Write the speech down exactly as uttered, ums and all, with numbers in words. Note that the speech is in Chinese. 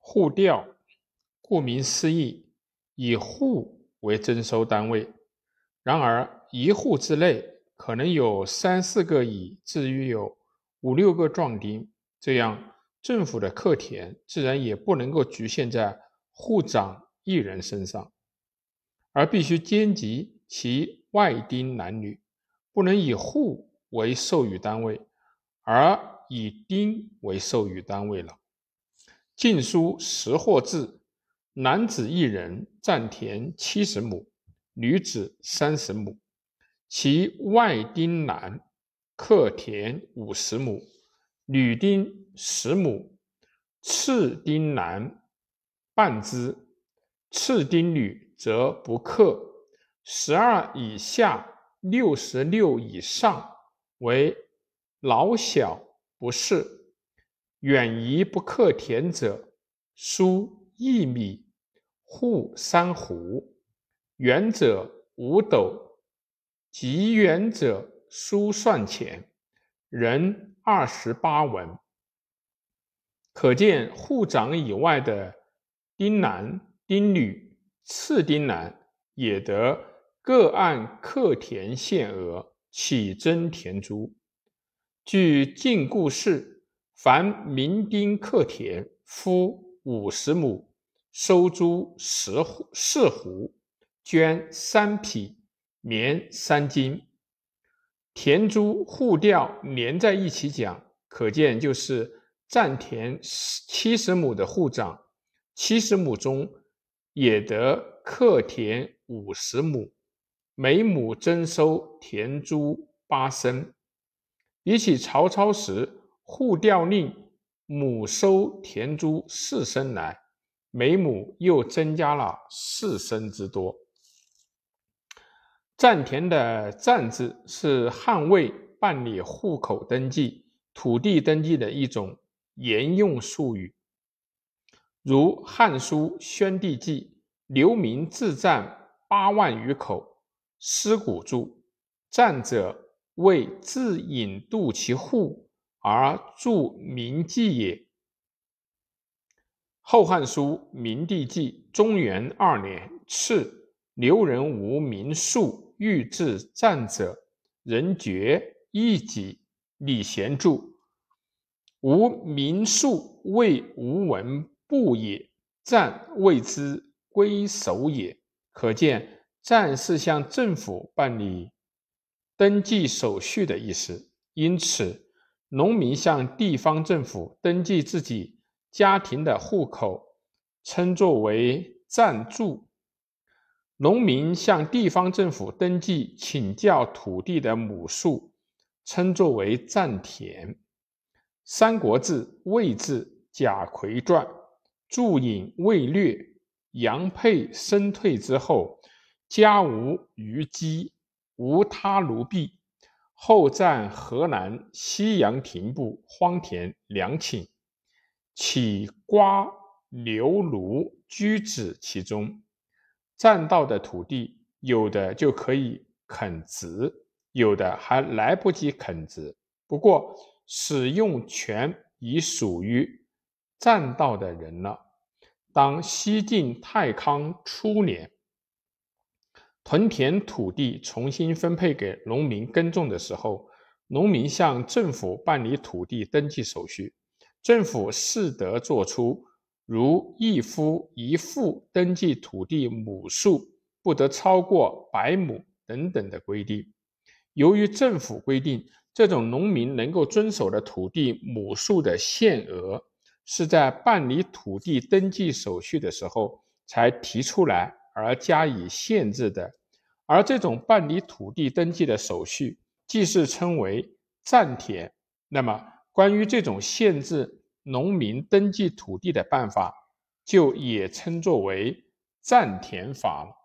户调，顾名思义，以户为征收单位。然而，一户之内可能有三四个乙，至于有五六个壮丁，这样政府的课田自然也不能够局限在户长一人身上，而必须兼及其外丁男女，不能以户为授予单位，而以丁为授予单位了。晋书识货制，男子一人占田七十亩，女子三十亩，其外丁男克田五十亩，女丁十亩，次丁男半之，次丁女则不克。十二以下，六十六以上为老小不是。远夷不克田者，输一米，户三斛；远者五斗，极远者输算钱，人二十八文。可见户长以外的丁男、丁女、次丁男也得各按克田限额起征田租。据晋故事，凡民丁克田，夫五十亩，收租十四斛，绢三匹，棉三斤。田租户调连在一起讲，可见就是占田七十亩的户长，七十亩中也得克田五十亩，每亩征收田租八升。比起曹操时户调令亩收田租四升来，每亩又增加了四升之多。占田的占字是汉魏办理户口登记、土地登记的一种沿用术语。如《汉书·宣帝纪》，刘民自占八万余口，尸骨注：占者为自引渡其户而注民记也。后汉书明帝纪中元二年敕，刘人无民宿欲自占者，人爵一己。李贤注：无民宿谓无文部也，占谓之归守也。可见占是向政府办理登记手续的意思。因此，农民向地方政府登记自己家庭的户口，称作为占注；农民向地方政府登记请教土地的亩数，称作为占田。《三国志·魏志·贾逵传》注引魏略，杨沛身退之后，家无余积，无他奴婢，后占河南西阳亭部荒田两顷，起瓜牛庐居止其中。占到的土地，有的就可以垦殖，有的还来不及垦殖，不过使用权已属于占到的人了。当西晋太康初年，屯田土地重新分配给农民耕种的时候，农民向政府办理土地登记手续，政府适得作出如一夫一妇登记土地亩数不得超过百亩等等的规定。由于政府规定这种农民能够遵守的土地亩数的限额是在办理土地登记手续的时候才提出来而加以限制的，而这种办理土地登记的手续既是称为占田，那么关于这种限制农民登记土地的办法就也称作为占田法了。